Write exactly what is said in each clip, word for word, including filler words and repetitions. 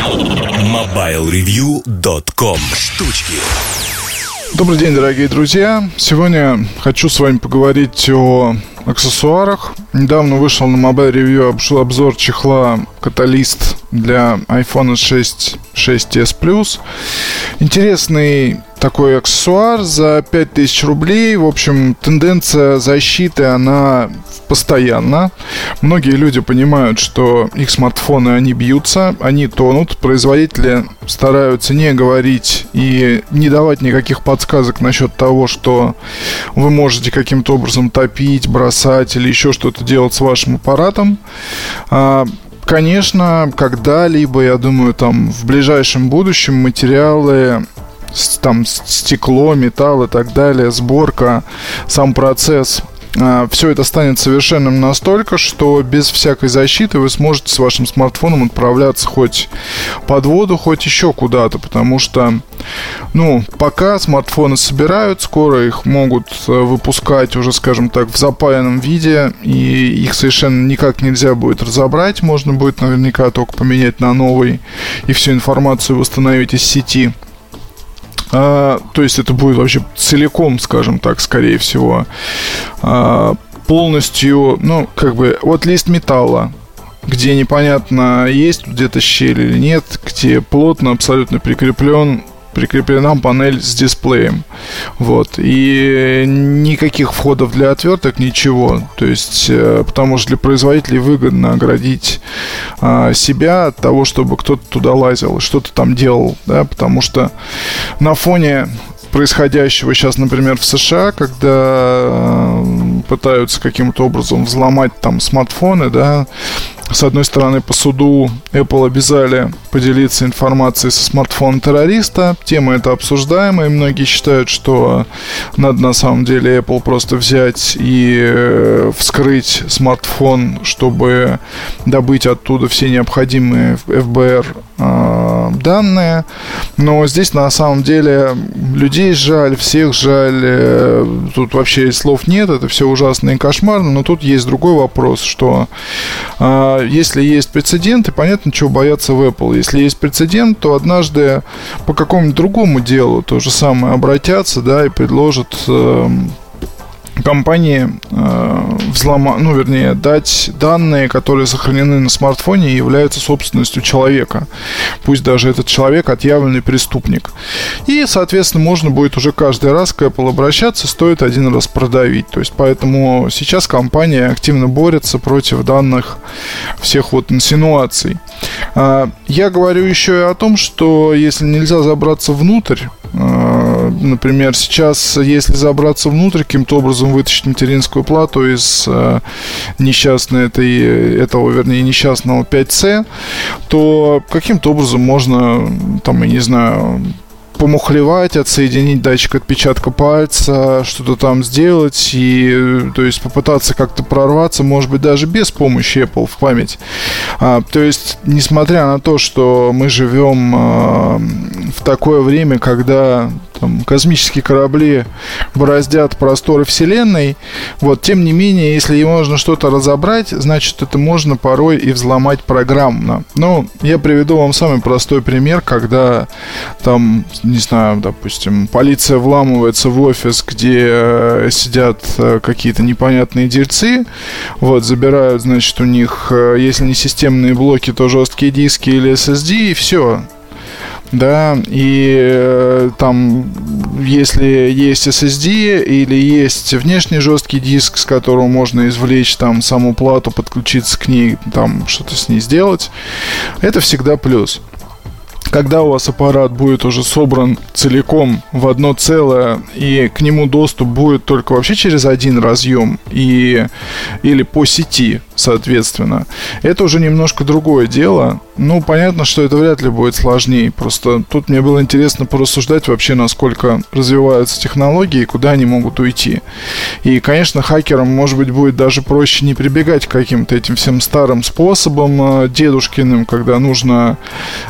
мобайл ревью точка ком. Штучки. Добрый день, дорогие друзья. Сегодня хочу с вами поговорить о аксессуарах. Недавно вышел на Mobile Review обзор чехла Catalyst для айфон шесть, шесть эс Plus. Интересный такой аксессуар за пять тысяч рублей. В общем, тенденция защиты, она постоянна. Многие люди понимают, что их смартфоны, они бьются, они тонут. Производители стараются не говорить и не давать никаких подсказок насчет того, что вы можете каким-то образом топить, бросать или еще что-то делать с вашим аппаратом. Конечно, когда-либо, я думаю, там в ближайшем будущем материалы, там стекло, металл и так далее, сборка, сам процесс, все это станет совершенным настолько, что без всякой защиты вы сможете с вашим смартфоном отправляться хоть под воду, хоть еще куда-то, потому что, ну, пока смартфоны собирают, скоро их могут выпускать уже, скажем так, в запаянном виде, и их совершенно никак нельзя будет разобрать, можно будет наверняка только поменять на новый и всю информацию восстановить из сети. А, то есть это будет вообще целиком, скажем так, скорее всего, а, полностью, ну, как бы, вот лист металла, где непонятно, есть где-то щель или нет, где плотно абсолютно прикреплен прикреплена панель с дисплеем. Вот. И никаких входов для отверток, ничего. То есть, потому что для производителей выгодно оградить а, себя от того, чтобы кто-то туда лазил и что-то там делал. Да? Потому что на фоне происходящего сейчас, например, в США, когда пытаются каким-то образом взломать там смартфоны, да, с одной стороны, по суду Apple обязали поделиться информацией со смартфона террориста. Тема эта обсуждаемая. Многие считают, что надо на самом деле Apple просто взять и вскрыть смартфон, чтобы добыть оттуда все необходимые эф бэ эр э, данные. Но здесь на самом деле людей жаль, всех жаль. Тут вообще слов нет. Это все ужасно и кошмарно. Но тут есть другой вопрос, что э, если есть прецеденты, понятно, чего бояться в Apple. Если есть прецедент, то однажды по какому-нибудь другому делу то же самое обратятся, да, и предложат э, компании э, взломать, ну, вернее, дать данные, которые сохранены на смартфоне и являются собственностью человека. Пусть даже этот человек отъявленный преступник. И, соответственно, можно будет уже каждый раз к Apple обращаться, стоит один раз продавить. То есть, поэтому сейчас компания активно борется против данных всех вот инсинуаций. Э, я говорю еще и о том, что если нельзя забраться внутрь, э, например, сейчас, если забраться внутрь, каким-то образом вытащить материнскую плату из э, несчастной этой, этого, вернее, несчастного пять си, то каким-то образом можно, там, я не знаю, помухлевать, отсоединить датчик отпечатка пальца, что-то там сделать и, то есть, попытаться как-то прорваться, может быть, даже без помощи Apple в память. А, то есть, несмотря на то, что мы живем а, в такое время, когда там космические корабли бороздят просторы Вселенной, вот, тем не менее, если можно что-то разобрать, значит, это можно порой и взломать программно. Ну, я приведу вам самый простой пример, когда там, не знаю, допустим, полиция вламывается в офис, где сидят какие-то непонятные дельцы, вот, забирают, значит, у них, если не системные блоки, то жесткие диски или эс эс ди, и все. Да, и э, там, если есть эс эс ди или есть внешний жесткий диск, с которого можно извлечь там саму плату, подключиться к ней, там что-то с ней сделать, это всегда плюс. Когда у вас аппарат будет уже собран целиком в одно целое, и к нему доступ будет только вообще через один разъем и, или по сети, соответственно, это уже немножко другое дело. Ну, понятно, что это вряд ли будет сложнее. Просто тут мне было интересно порассуждать вообще, насколько развиваются технологии и куда они могут уйти. И, конечно, хакерам, может быть, будет даже проще не прибегать к каким-то этим всем старым способам дедушкиным, когда нужно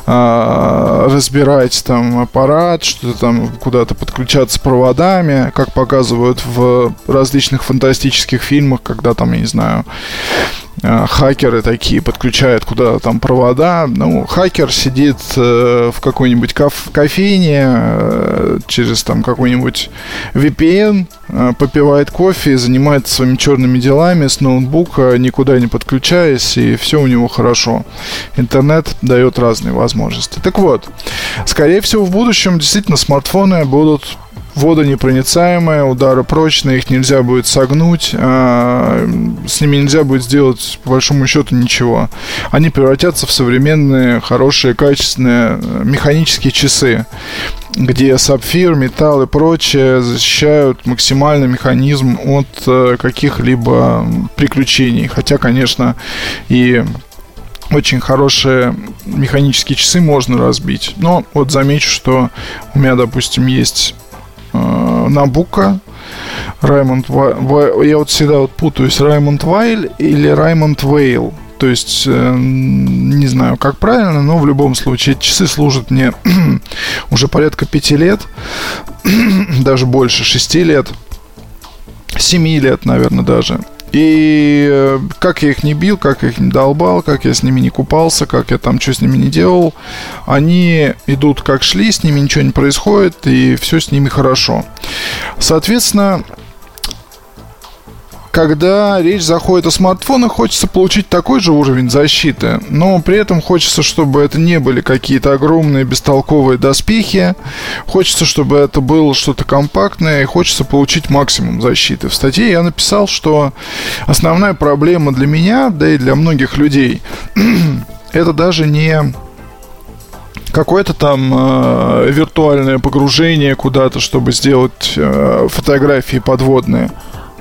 а, разбирать там аппарат, что-то там куда-то подключаться проводами, как показывают в различных фантастических фильмах, когда там, я не знаю, хакеры такие подключают куда-то там провода. Ну, хакер сидит э, в какой-нибудь коф- кофейне э, через там какой-нибудь ви пи эн, э, попивает кофе и занимается своими черными делами с ноутбука, никуда не подключаясь, и все у него хорошо. Интернет дает разные возможности. Так вот, скорее всего, в будущем действительно смартфоны будут водонепроницаемые, ударопрочные, их нельзя будет согнуть, а с ними нельзя будет сделать, по большому счету, ничего. Они превратятся в современные, хорошие, качественные механические часы, где сапфир, металл и прочее защищают максимально механизм от каких-либо приключений. Хотя, конечно, и очень хорошие механические часы можно разбить. Но вот замечу, что у меня, допустим, есть Набука, Раймонд Вайл, я вот всегда вот путаюсь, Раймонд Вайл или Раймонд Вейл. То есть, э, не знаю, как правильно, но в любом случае эти часы служат мне уже порядка пяти лет, даже больше, шести лет, семи лет, наверное, даже. И как я их не бил, как я их не долбал, как я с ними не купался, как я там что с ними не делал, они идут как шли, с ними ничего не происходит, и все с ними хорошо. Соответственно, когда речь заходит о смартфонах, хочется получить такой же уровень защиты, но при этом хочется, чтобы это не были какие-то огромные бестолковые доспехи, хочется, чтобы это было что-то компактное, и хочется получить максимум защиты. В статье я написал, что основная проблема для меня, да и для многих людей, это даже не какое-то там э, виртуальное погружение куда-то, чтобы сделать э, фотографии подводные,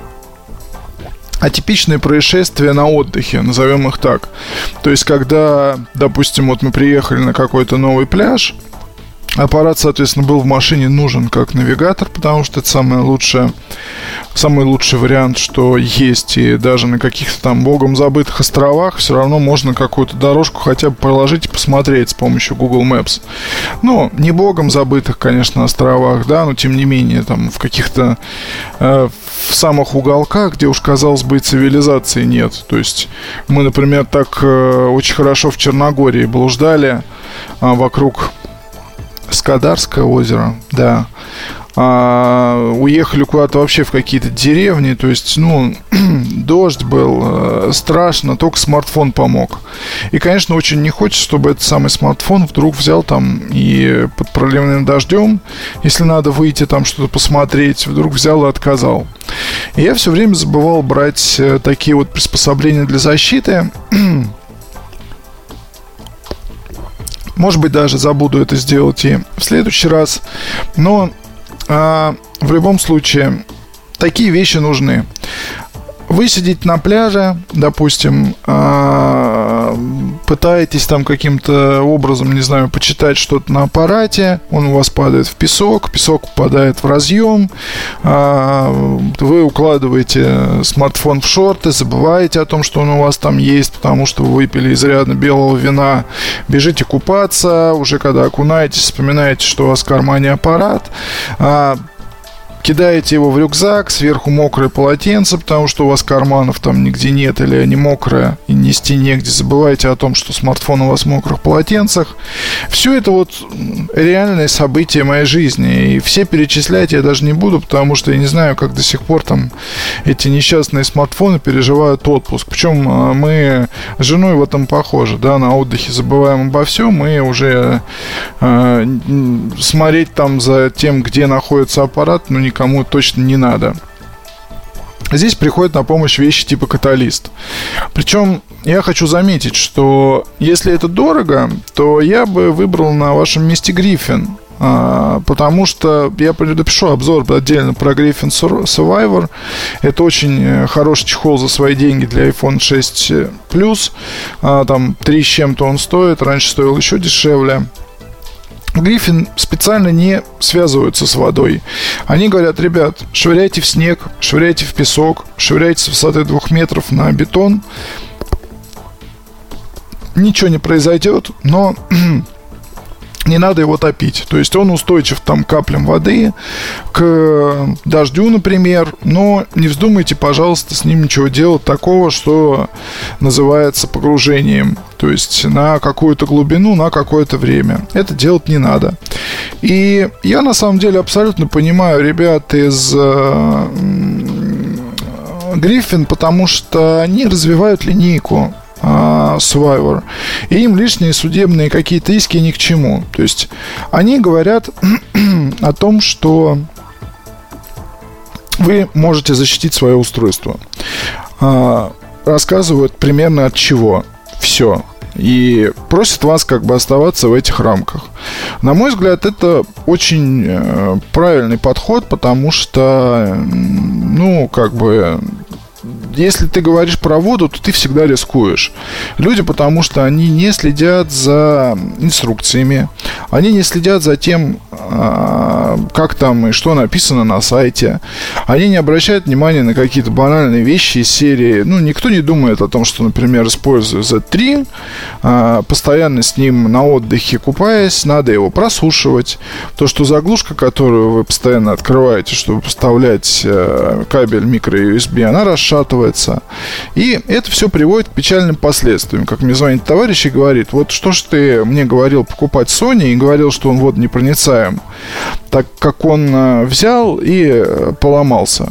а типичные происшествия на отдыхе, назовем их так. То есть, когда, допустим, вот мы приехали на какой-то новый пляж, аппарат, соответственно, был в машине нужен как навигатор, потому что это самое лучшее, самый лучший вариант, что есть. И даже на каких-то там богом забытых островах все равно можно какую-то дорожку хотя бы проложить и посмотреть с помощью Google Maps. Ну, не богом забытых, конечно, островах, да, но тем не менее, там в каких-то э, в самых уголках, где уж, казалось бы, цивилизации нет. То есть мы, например, так э, очень хорошо в Черногории блуждали э, вокруг Скадарское озеро, да. А, уехали куда-то вообще в какие-то деревни. То есть, ну, дождь был, э, страшно, только смартфон помог. И, конечно, очень не хочется, чтобы этот самый смартфон вдруг взял там и под проливным дождем, если надо выйти там что-то посмотреть, вдруг взял и отказал. И я все время забывал брать э, такие вот приспособления для защиты. Может быть, даже забуду это сделать и в следующий раз. Но а, в любом случае такие вещи нужны. Вы сидите на пляже, допустим, э, пытаетесь там каким-то образом, не знаю, почитать что-то на аппарате, он у вас падает в песок, песок попадает в разъем, э, вы укладываете смартфон в шорты, забываете о том, что он у вас там есть, потому что вы выпили изрядно белого вина, бежите купаться, уже когда окунаетесь, вспоминаете, что у вас в кармане аппарат, э, кидаете его в рюкзак, сверху мокрое полотенце, потому что у вас карманов там нигде нет, или они мокрые, и нести негде. Забывайте о том, что смартфон у вас в мокрых полотенцах. Все это вот реальные события моей жизни. И все перечислять я даже не буду, потому что я не знаю, как до сих пор там эти несчастные смартфоны переживают отпуск. Причем мы с женой в этом похожи, да, на отдыхе забываем обо всем, и уже э, смотреть там за тем, где находится аппарат, ну, никому точно не надо. Здесь приходит на помощь вещи типа каталист. Причем я хочу заметить, что если это дорого, то я бы выбрал на вашем месте Griffin, а, потому что я напишу обзор отдельно про Griffin Survivor. Это очень хороший чехол за свои деньги для айфон шесть плюс. а, Там три с чем-то он стоит. Раньше стоил еще дешевле. Griffin специально не связываются с водой. Они говорят: ребят, швыряйте в снег, швыряйте в песок, швыряйте с высоты двух метров на бетон. Ничего не произойдет, но не надо его топить. То есть он устойчив там к каплям воды, к дождю, например. Но не вздумайте, пожалуйста, с ним ничего делать такого, что называется погружением. То есть на какую-то глубину, на какое-то время. Это делать не надо. И я на самом деле абсолютно понимаю ребят из э, Griffin, потому что они развивают линейку Survivor, и им лишние судебные какие-то иски ни к чему. То есть они говорят о том, что вы можете защитить свое устройство. Рассказывают примерно от чего. Все. И просят вас как бы оставаться в этих рамках. На мой взгляд, это очень э, правильный подход, потому что, ну, как бы, если ты говоришь про воду, то ты всегда рискуешь. Люди, потому что они не следят за инструкциями, они не следят за тем, как там и что написано на сайте. Они не обращают внимания на какие-то банальные вещи из серии. Ну, никто не думает о том, что, например, используя зет три, постоянно с ним на отдыхе купаясь, надо его просушивать. То, что заглушка, которую вы постоянно открываете, чтобы поставлять кабель микро-ю эс би, она расшатывается. И это все приводит к печальным последствиям. Как мне звонит товарищ и говорит: вот что ж ты мне говорил покупать Sony и говорил, что он водонепроницаем, так как он взял и поломался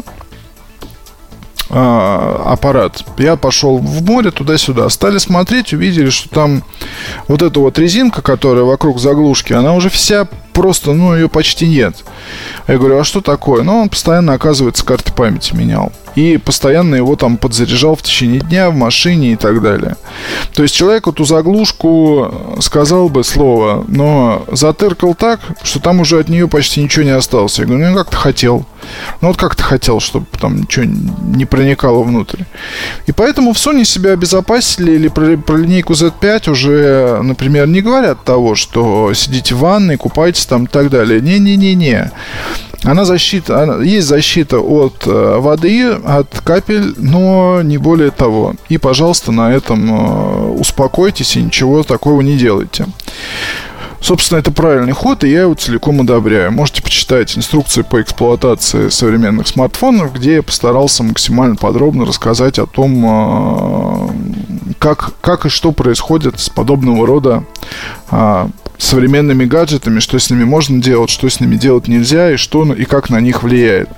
аппарат. Я пошел в море туда-сюда, стали смотреть, увидели, что там вот эта вот резинка, которая вокруг заглушки, она уже вся просто, ну, ее почти нет. Я говорю: а что такое? Ну, он постоянно, оказывается, карты памяти менял. И постоянно его там подзаряжал в течение дня в машине и так далее. То есть человек эту заглушку сказал бы слово, но затыркал так, что там уже от нее почти ничего не осталось. Я говорю: ну, как ты хотел? Ну, вот как ты хотел, чтобы там ничего не проникало внутрь. И поэтому в Sony себя обезопасили, или про, про линейку зет пять уже, например, не говорят того, что сидите в ванной, купаетесь там и так далее. Не-не-не-не. Она защита, она, есть защита от э, воды, от капель, но не более того. И, пожалуйста, на этом э, успокойтесь и ничего такого не делайте. Собственно, это правильный ход, и я его целиком одобряю. Можете почитать инструкции по эксплуатации современных смартфонов, где я постарался максимально подробно рассказать о том, как, как и что происходит с подобного рода современными гаджетами, что с ними можно делать, что с ними делать нельзя, и что и как на них влияет.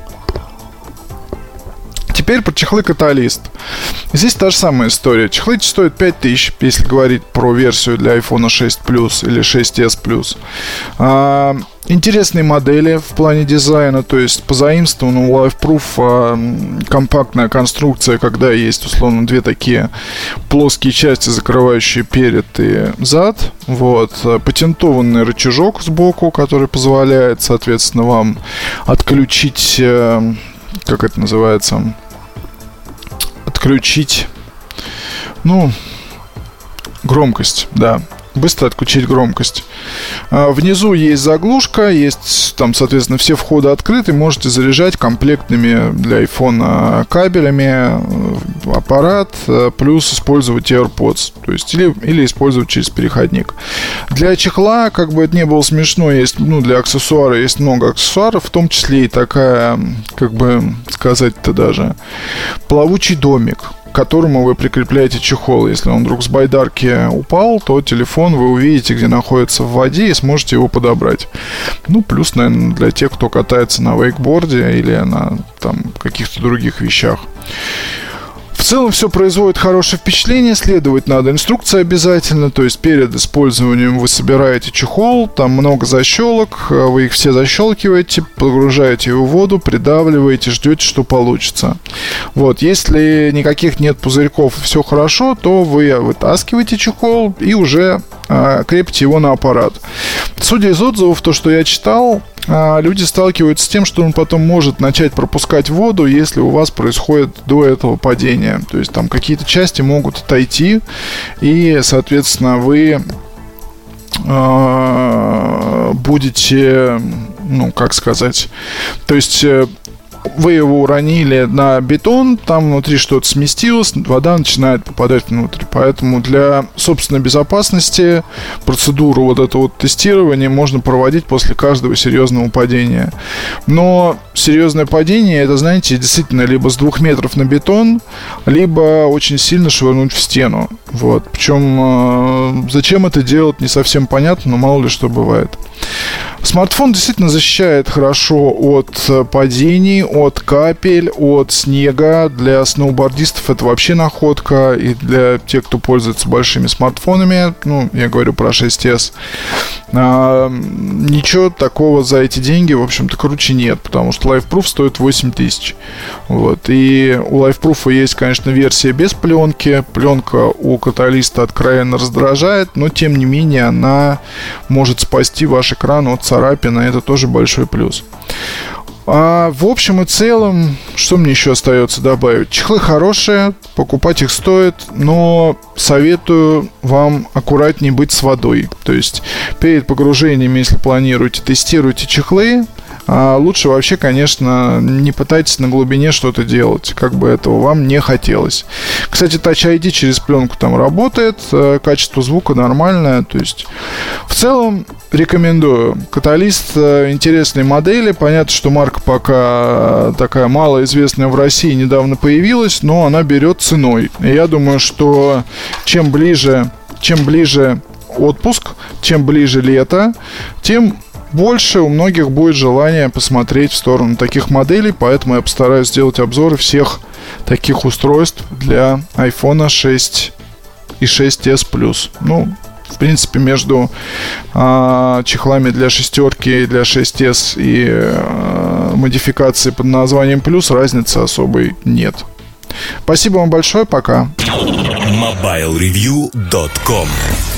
Теперь про чехлы Catalyst. Здесь та же самая история. Чехлы стоят пять тысяч, если говорить про версию для айфон шесть плюс или шесть эс плюс. А, интересные модели в плане дизайна, то есть позаимствована у LifeProof а, компактная конструкция, когда есть, условно, две такие плоские части, закрывающие перед и зад. Вот. Патентованный рычажок сбоку, который позволяет, соответственно, вам отключить, как это называется, отключить, ну, громкость, да, быстро отключить громкость. А внизу есть заглушка, есть там, соответственно, все входы открыты, можете заряжать комплектными для iPhone кабелями аппарат, плюс использовать AirPods, то есть или, или использовать через переходник. Для чехла, как бы это не было смешно, есть, ну, для аксессуара есть много аксессуаров, в том числе и такая, как бы сказать-то даже, плавучий домик, к которому вы прикрепляете чехол. Если он вдруг с байдарки упал, то телефон вы увидите, где находится в воде, и сможете его подобрать. Ну, плюс, наверное, для тех, кто катается на вейкборде или на там каких-то других вещах. В целом все производит хорошее впечатление, следовать надо инструкции обязательно, то есть перед использованием вы собираете чехол, там много защелок, вы их все защелкиваете, погружаете его в воду, придавливаете, ждете, что получится. Вот, если никаких нет пузырьков и все хорошо, то вы вытаскиваете чехол и уже а, крепите его на аппарат. Судя из отзывов, то, что я читал, люди сталкиваются с тем, что он потом может начать пропускать воду, если у вас происходит до этого падения. То есть там какие-то части могут отойти, и, соответственно, вы э, будете, ну, как сказать, то есть э, вы его уронили на бетон, там внутри что-то сместилось, вода начинает попадать внутрь. Поэтому для собственной безопасности процедуру вот этого вот тестирования можно проводить после каждого серьезного падения. Но серьезное падение, это, знаете, действительно либо с двух метров на бетон, либо очень сильно швырнуть в стену. Вот. Причем э, зачем это делать, не совсем понятно, но мало ли что бывает. Смартфон действительно защищает хорошо от падений, от капель, от снега. Для сноубордистов это вообще находка. И для тех, кто пользуется большими смартфонами, ну, я говорю про шесть эс, а, ничего такого за эти деньги, в общем-то, круче нет. Потому что LifeProof стоит восемь тысяч. Вот. И у LifeProof есть, конечно, версия без пленки. Пленка у Каталиста откровенно раздражает, но, тем не менее, она может спасти ваш экран от царапина. Это тоже большой плюс. А в общем и целом, что мне еще остается добавить? Чехлы хорошие, покупать их стоит, но советую вам аккуратнее быть с водой. То есть перед погружением, если планируете, тестируйте чехлы. А лучше вообще, конечно, не пытайтесь на глубине что-то делать, как бы этого вам не хотелось. Кстати, Touch ай ди через пленку там работает, качество звука нормальное. То есть в целом рекомендую. Каталист интересные модели. Понятно, что марка пока такая малоизвестная в России, недавно появилась, но она берет ценой. И я думаю, что чем ближе, чем ближе отпуск, чем ближе лето, тем больше у многих будет желание посмотреть в сторону таких моделей. Поэтому я постараюсь сделать обзоры всех таких устройств для iPhone шесть и шесть эс Plus. Ну, в принципе, между а, чехлами для шестерки и для шесть эс и а, модификацией под названием Plus разницы особой нет. Спасибо вам большое, пока. мобайл ревью точка ком